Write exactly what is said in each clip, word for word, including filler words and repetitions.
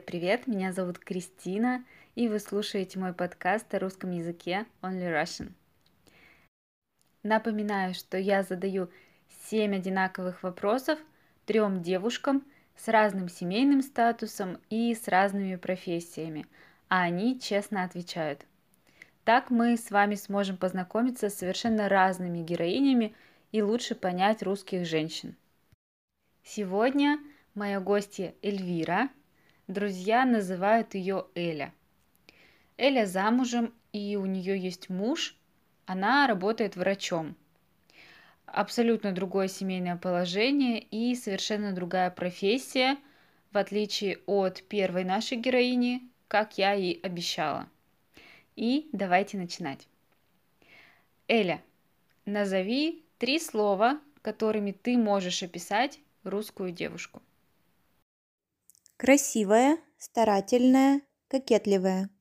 Привет-привет, меня зовут Кристина, и вы слушаете мой подкаст о русском языке Only Russian. Напоминаю, что я задаю семь одинаковых вопросов трем девушкам с разным семейным статусом и с разными профессиями, а они честно отвечают. Так мы с вами сможем познакомиться с совершенно разными героинями и лучше понять русских женщин. Сегодня моя гостья Эльвира. Друзья называют ее Эля. Эля замужем, и у нее есть муж. Она работает врачом. Абсолютно другое семейное положение и совершенно другая профессия, в отличие от первой нашей героини, как я и обещала. И давайте начинать. Эля, назови три слова, которыми ты можешь описать русскую девушку. Красивая, старательная, кокетливая.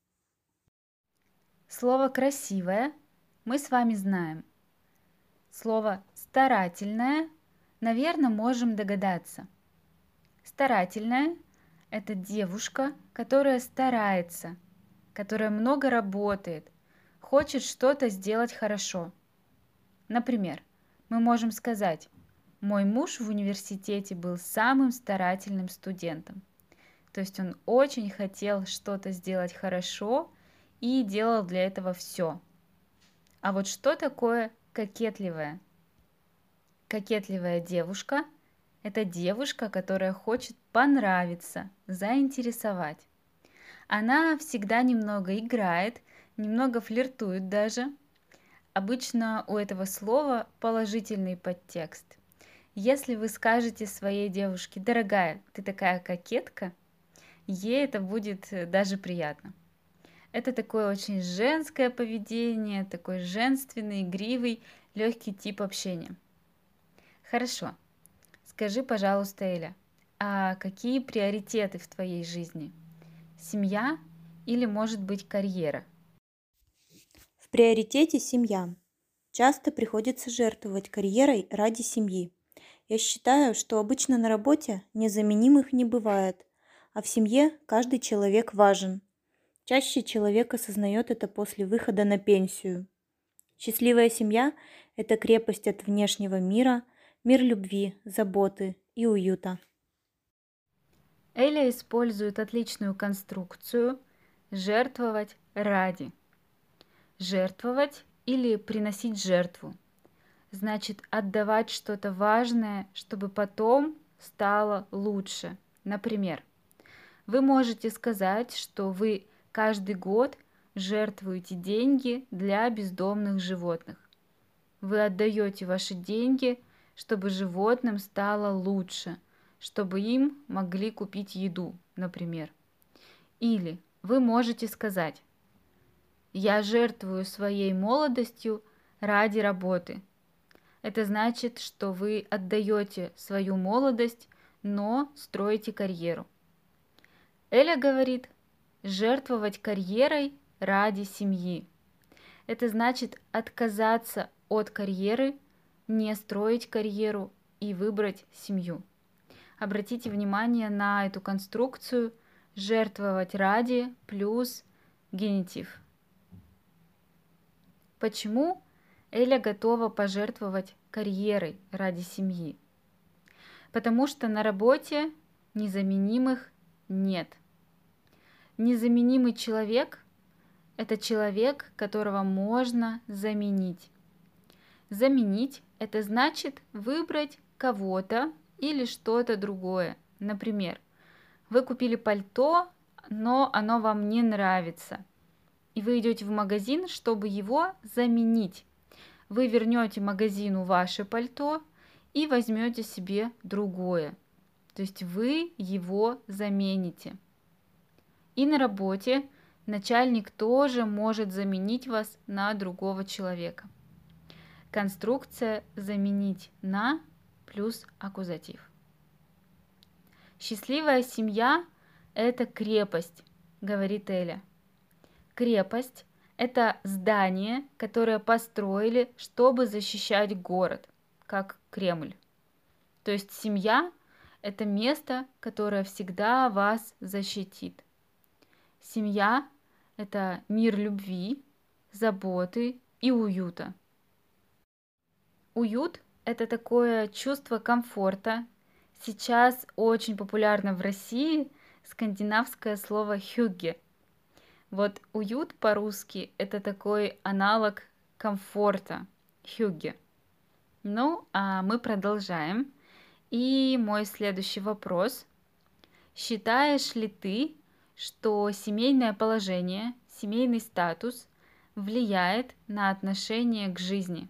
Слово «красивая» мы с вами знаем. Слово «старательная», наверное, можем догадаться. Старательная – это девушка, которая старается, которая много работает, хочет что-то сделать хорошо. Например, мы можем сказать: «Мой муж в университете был самым старательным студентом». То есть он очень хотел что-то сделать хорошо и делал для этого все. А вот что такое кокетливая? Кокетливая девушка – это девушка, которая хочет понравиться, заинтересовать. Она всегда немного играет, немного флиртует даже. Обычно у этого слова положительный подтекст. Если вы скажете своей девушке: «Дорогая, ты такая кокетка», ей это будет даже приятно. Это такое очень женское поведение, такой женственный, игривый, легкий тип общения. Хорошо. Скажи, пожалуйста, Эля, а какие приоритеты в твоей жизни? Семья или, может быть, карьера? В приоритете семья. Часто приходится жертвовать карьерой ради семьи. Я считаю, что обычно на работе незаменимых не бывает, а в семье каждый человек важен. Чаще человек осознает это после выхода на пенсию. Счастливая семья – это крепость от внешнего мира, мир любви, заботы и уюта. Эля использует отличную конструкцию «жертвовать ради». Жертвовать или приносить жертву значит отдавать что-то важное, чтобы потом стало лучше. Например, вы можете сказать, что вы каждый год жертвуете деньги для бездомных животных. Вы отдаете ваши деньги, чтобы животным стало лучше, чтобы им могли купить еду, например. Или вы можете сказать: «Я жертвую своей молодостью ради работы». Это значит, что вы отдаете свою молодость, но строите карьеру. Эля говорит: жертвовать карьерой ради семьи. Это значит отказаться от карьеры, не строить карьеру и выбрать семью. Обратите внимание на эту конструкцию «жертвовать ради» плюс генитив. Почему Эля готова пожертвовать карьерой ради семьи? Потому что на работе незаменимых нет. Незаменимый человек – это человек, которого можно заменить. Заменить – это значит выбрать кого-то или что-то другое. Например, вы купили пальто, но оно вам не нравится. И вы идете в магазин, чтобы его заменить. Вы вернете магазину ваше пальто и возьмете себе другое. То есть вы его замените. И на работе начальник тоже может заменить вас на другого человека. Конструкция «заменить на» плюс аккузатив. Счастливая семья – это крепость, говорит Эля. Крепость – это здание, которое построили, чтобы защищать город, как Кремль. То есть семья Это место, которое всегда вас защитит. Семья – это мир любви, заботы и уюта. Уют – это такое чувство комфорта. Сейчас очень популярно в России скандинавское слово «хюгге». Вот уют по-русски – это такой аналог комфорта, хюгге. Ну, а мы продолжаем. И мой следующий вопрос. Считаешь ли ты, что семейное положение, семейный статус влияет на отношение к жизни?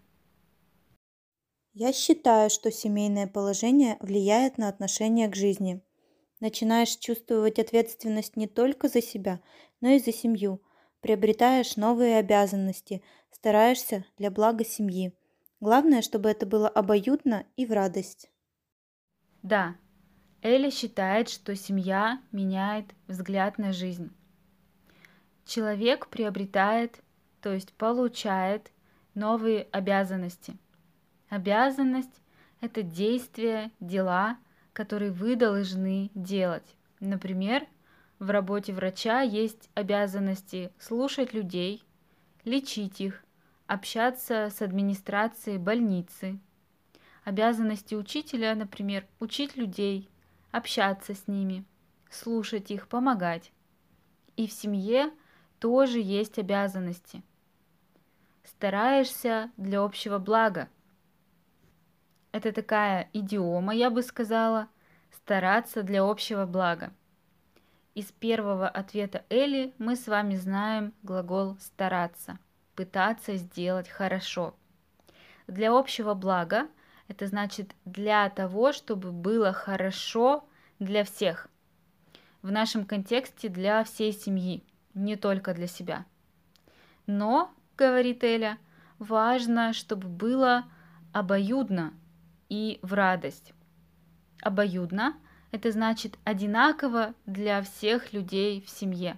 Я считаю, что семейное положение влияет на отношение к жизни. Начинаешь чувствовать ответственность не только за себя, но и за семью. Приобретаешь новые обязанности, стараешься для блага семьи. Главное, чтобы это было обоюдно и в радость. Да, Эля считает, что семья меняет взгляд на жизнь. Человек приобретает, то есть получает новые обязанности. Обязанность – это действия, дела, которые вы должны делать. Например, в работе врача есть обязанности слушать людей, лечить их, общаться с администрацией больницы. Обязанности учителя, например, учить людей, общаться с ними, слушать их, помогать. И в семье тоже есть обязанности. Стараешься для общего блага. Это такая идиома, я бы сказала, стараться для общего блага. Из первого ответа Эли мы с вами знаем глагол «стараться», пытаться сделать хорошо. Для общего блага это значит для того, чтобы было хорошо для всех. В нашем контексте для всей семьи, не только для себя. Но, говорит Эля, важно, чтобы было обоюдно и в радость. Обоюдно – это значит одинаково для всех людей в семье.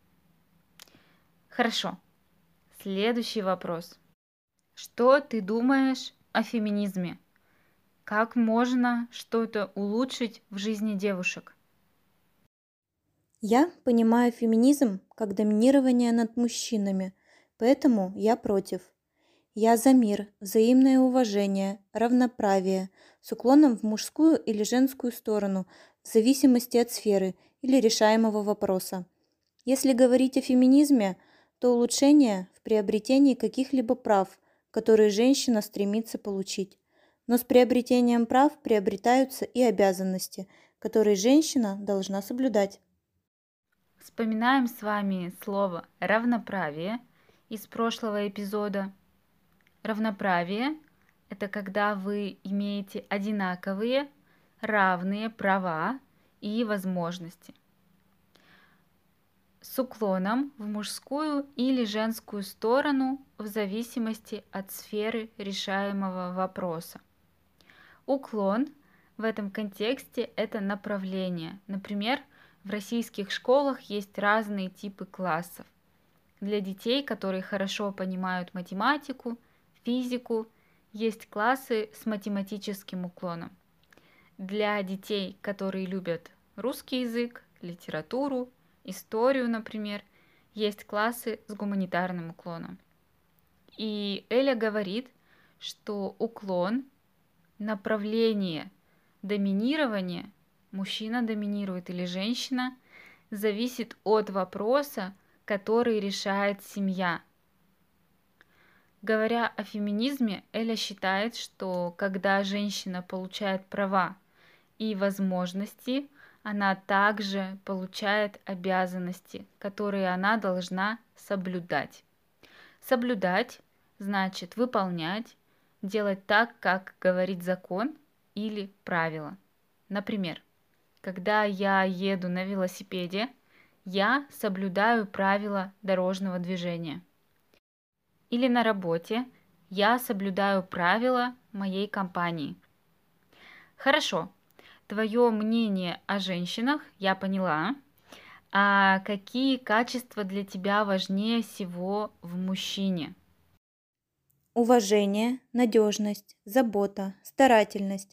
Хорошо. Следующий вопрос. Что ты думаешь о феминизме? Как можно что-то улучшить в жизни девушек? Я понимаю феминизм как доминирование над мужчинами, поэтому я против. Я за мир, взаимное уважение, равноправие, с уклоном в мужскую или женскую сторону, в зависимости от сферы или решаемого вопроса. Если говорить о феминизме, то улучшение в приобретении каких-либо прав, которые женщина стремится получить. Но с приобретением прав приобретаются и обязанности, которые женщина должна соблюдать. Вспоминаем с вами слово «равноправие» из прошлого эпизода. Равноправие – это когда вы имеете одинаковые, равные права и возможности. С уклоном в мужскую или женскую сторону в зависимости от сферы решаемого вопроса. Уклон в этом контексте – это направление. Например, в российских школах есть разные типы классов. Для детей, которые хорошо понимают математику, физику, есть классы с математическим уклоном. Для детей, которые любят русский язык, литературу, историю, например, есть классы с гуманитарным уклоном. И Эля говорит, что уклон, направление доминирования, мужчина доминирует или женщина, зависит от вопроса, который решает семья. Говоря о феминизме, Эля считает, что когда женщина получает права и возможности, она также получает обязанности, которые она должна соблюдать. Соблюдать значит выполнять, делать так, как говорит закон или правило. Например, когда я еду на велосипеде, я соблюдаю правила дорожного движения. Или на работе я соблюдаю правила моей компании. Хорошо, твое мнение о женщинах я поняла. А какие качества для тебя важнее всего в мужчине? Уважение, надежность, забота, старательность,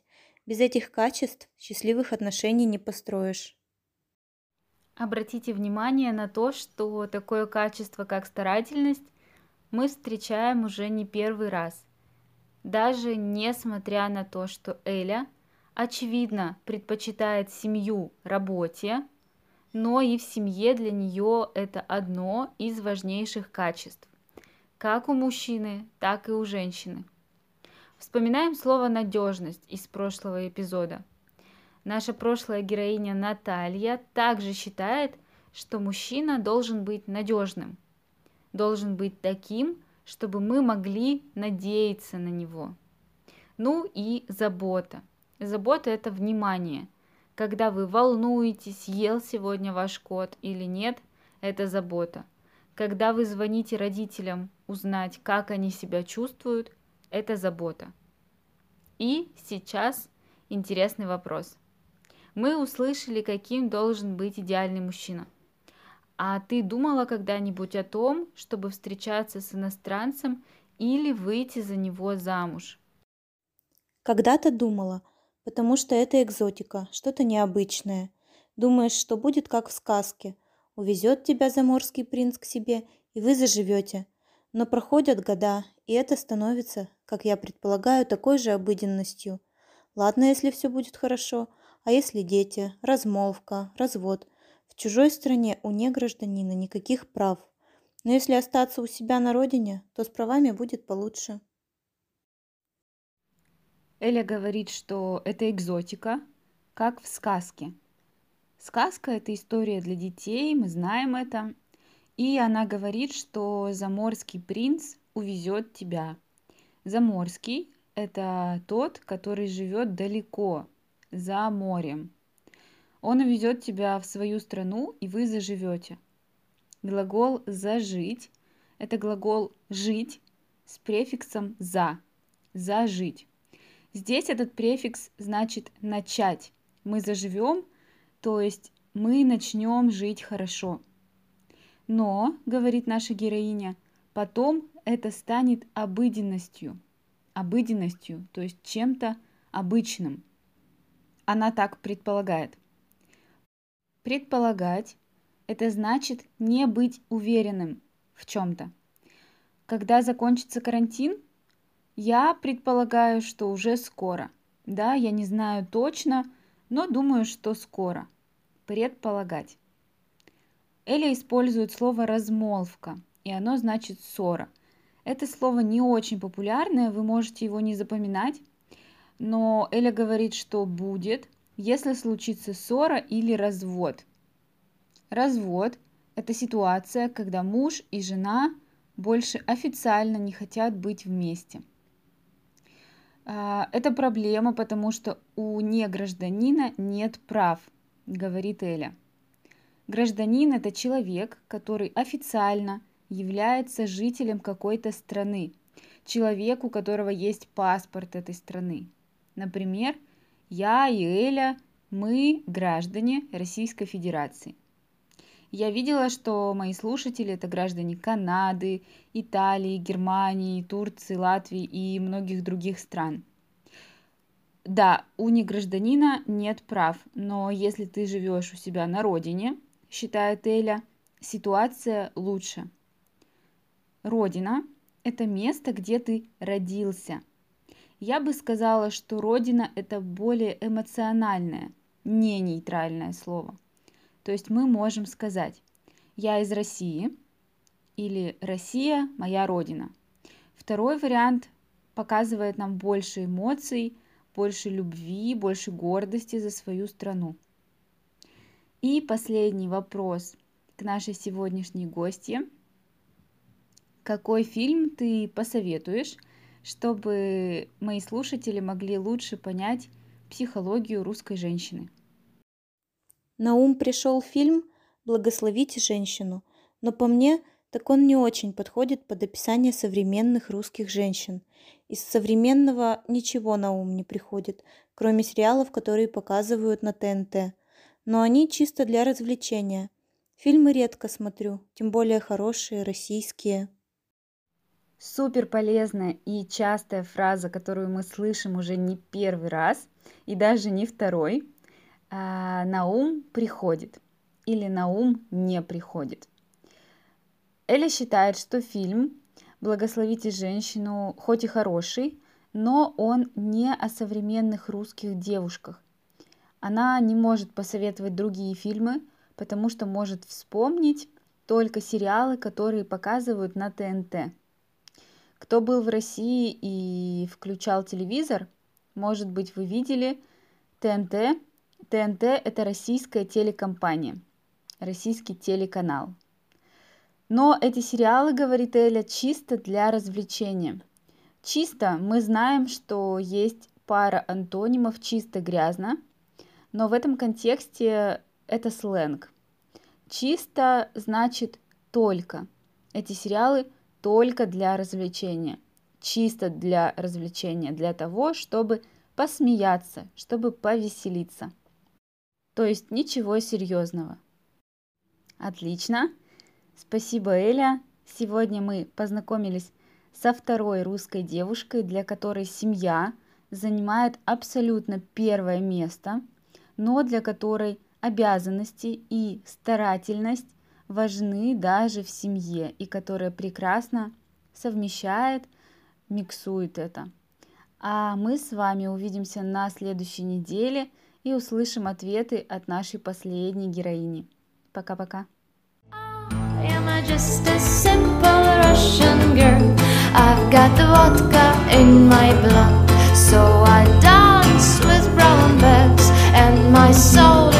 Без этих качеств счастливых отношений не построишь. Обратите внимание на то, что такое качество, как старательность, мы встречаем уже не первый раз. Даже несмотря на то, что Эля, очевидно, предпочитает семью работе, но и в семье для нее это одно из важнейших качеств, как у мужчины, так и у женщины. Вспоминаем слово «надежность» из прошлого эпизода. Наша прошлая героиня Наталья также считает, что мужчина должен быть надежным, должен быть таким, чтобы мы могли надеяться на него. Ну и забота. Забота – это внимание. Когда вы волнуетесь, ел сегодня ваш кот или нет, это забота. Когда вы звоните родителям узнать, как они себя чувствуют, это забота. И сейчас интересный вопрос. Мы услышали, каким должен быть идеальный мужчина. А ты думала когда-нибудь о том, чтобы встречаться с иностранцем или выйти за него замуж? Когда-то думала, потому что это экзотика, что-то необычное. Думаешь, что будет как в сказке. Увезет тебя заморский принц к себе, и вы заживете. Но проходят года, и это становится, как я предполагаю, такой же обыденностью. Ладно, если все будет хорошо, а если дети, размолвка, развод. В чужой стране у негражданина никаких прав. Но если остаться у себя на родине, то с правами будет получше. Эля говорит, что это экзотика, как в сказке. Сказка – это история для детей, мы знаем это. И она говорит, что заморский принц увезет тебя. Заморский – это тот, который живет далеко, за морем. Он увезет тебя в свою страну, и вы заживете. Глагол «зажить» – это глагол «жить» с префиксом «за», «зажить». Здесь этот префикс значит «начать». Мы заживем, то есть мы начнем жить хорошо. Но, говорит наша героиня, потом это станет обыденностью. Обыденностью, то есть чем-то обычным. Она так предполагает. Предполагать – это значит не быть уверенным в чем-то. Когда закончится карантин, я предполагаю, что уже скоро. Да, я не знаю точно, но думаю, что скоро. Предполагать. Эля использует слово «размолвка», и оно значит «ссора». Это слово не очень популярное, вы можете его не запоминать, но Эля говорит, что будет, если случится ссора или развод. Развод – это ситуация, когда муж и жена больше официально не хотят быть вместе. Это проблема, потому что у негражданина нет прав, говорит Эля. Гражданин – это человек, который официально является жителем какой-то страны, человек, у которого есть паспорт этой страны. Например, я и Эля, мы граждане Российской Федерации. Я видела, что мои слушатели – это граждане Канады, Италии, Германии, Турции, Латвии и многих других стран. Да, у негражданина нет прав, но если ты живешь у себя на родине, считает Эля, ситуация лучше. Родина – это место, где ты родился. Я бы сказала, что родина – это более эмоциональное, не нейтральное слово. То есть мы можем сказать «я из России» или «Россия – моя родина». Второй вариант показывает нам больше эмоций, больше любви, больше гордости за свою страну. И последний вопрос к нашей сегодняшней гостье. Какой фильм ты посоветуешь, чтобы мои слушатели могли лучше понять психологию русской женщины? На ум пришел фильм «Благословите женщину», но по мне, так он не очень подходит под описание современных русских женщин. Из современного ничего на ум не приходит, кроме сериалов, которые показывают на Т Н Т. Но они чисто для развлечения. Фильмы редко смотрю, тем более хорошие, российские. Супер полезная и частая фраза, которую мы слышим уже не первый раз и даже не второй. А, на ум приходит или на ум не приходит. Эля считает, что фильм «Благословите женщину» хоть и хороший, но он не о современных русских девушках. Она не может посоветовать другие фильмы, потому что может вспомнить только сериалы, которые показывают на тэ эн тэ. Кто был в России и включал телевизор, может быть, вы видели тэ эн тэ. тэ эн тэ – это российская телекомпания, российский телеканал. Но эти сериалы, говорит Эля, чисто для развлечения. Чисто мы знаем, что есть пара антонимов «чисто грязно», но в этом контексте это сленг. Чисто значит только. Эти сериалы только для развлечения. Чисто для развлечения, для того, чтобы посмеяться, чтобы повеселиться. То есть ничего серьезного. Отлично. Спасибо, Эля. Сегодня мы познакомились со второй русской девушкой, для которой семья занимает абсолютно первое место, но для которой обязанности и старательность важны даже в семье, и которая прекрасно совмещает, миксует это. А мы с вами увидимся на следующей неделе и услышим ответы от нашей последней героини. Пока-пока. Just a simple Russian girl. I've got the vodka in my blood, so I dance with brown bears, and my soul